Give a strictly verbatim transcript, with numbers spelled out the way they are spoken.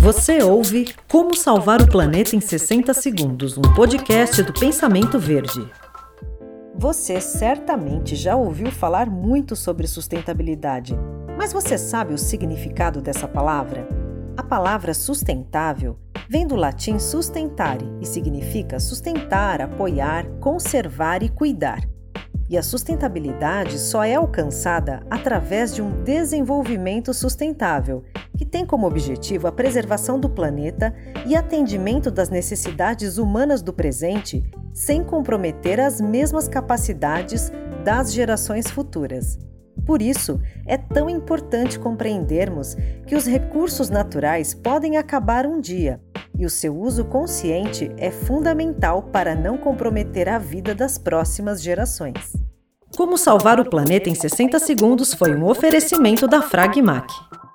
Você ouve Como Salvar o Planeta em sessenta Segundos, um podcast do Pensamento Verde. Você certamente já ouviu falar muito sobre sustentabilidade, mas você sabe o significado dessa palavra? A palavra sustentável vem do latim sustentare e significa sustentar, apoiar, conservar e cuidar. E a sustentabilidade só é alcançada através de um desenvolvimento sustentável, que tem como objetivo a preservação do planeta e atendimento das necessidades humanas do presente, sem comprometer as mesmas capacidades das gerações futuras. Por isso, é tão importante compreendermos que os recursos naturais podem acabar um dia, e o seu uso consciente é fundamental para não comprometer a vida das próximas gerações. Como Salvar o Planeta em sessenta Segundos foi um oferecimento da Fragmac.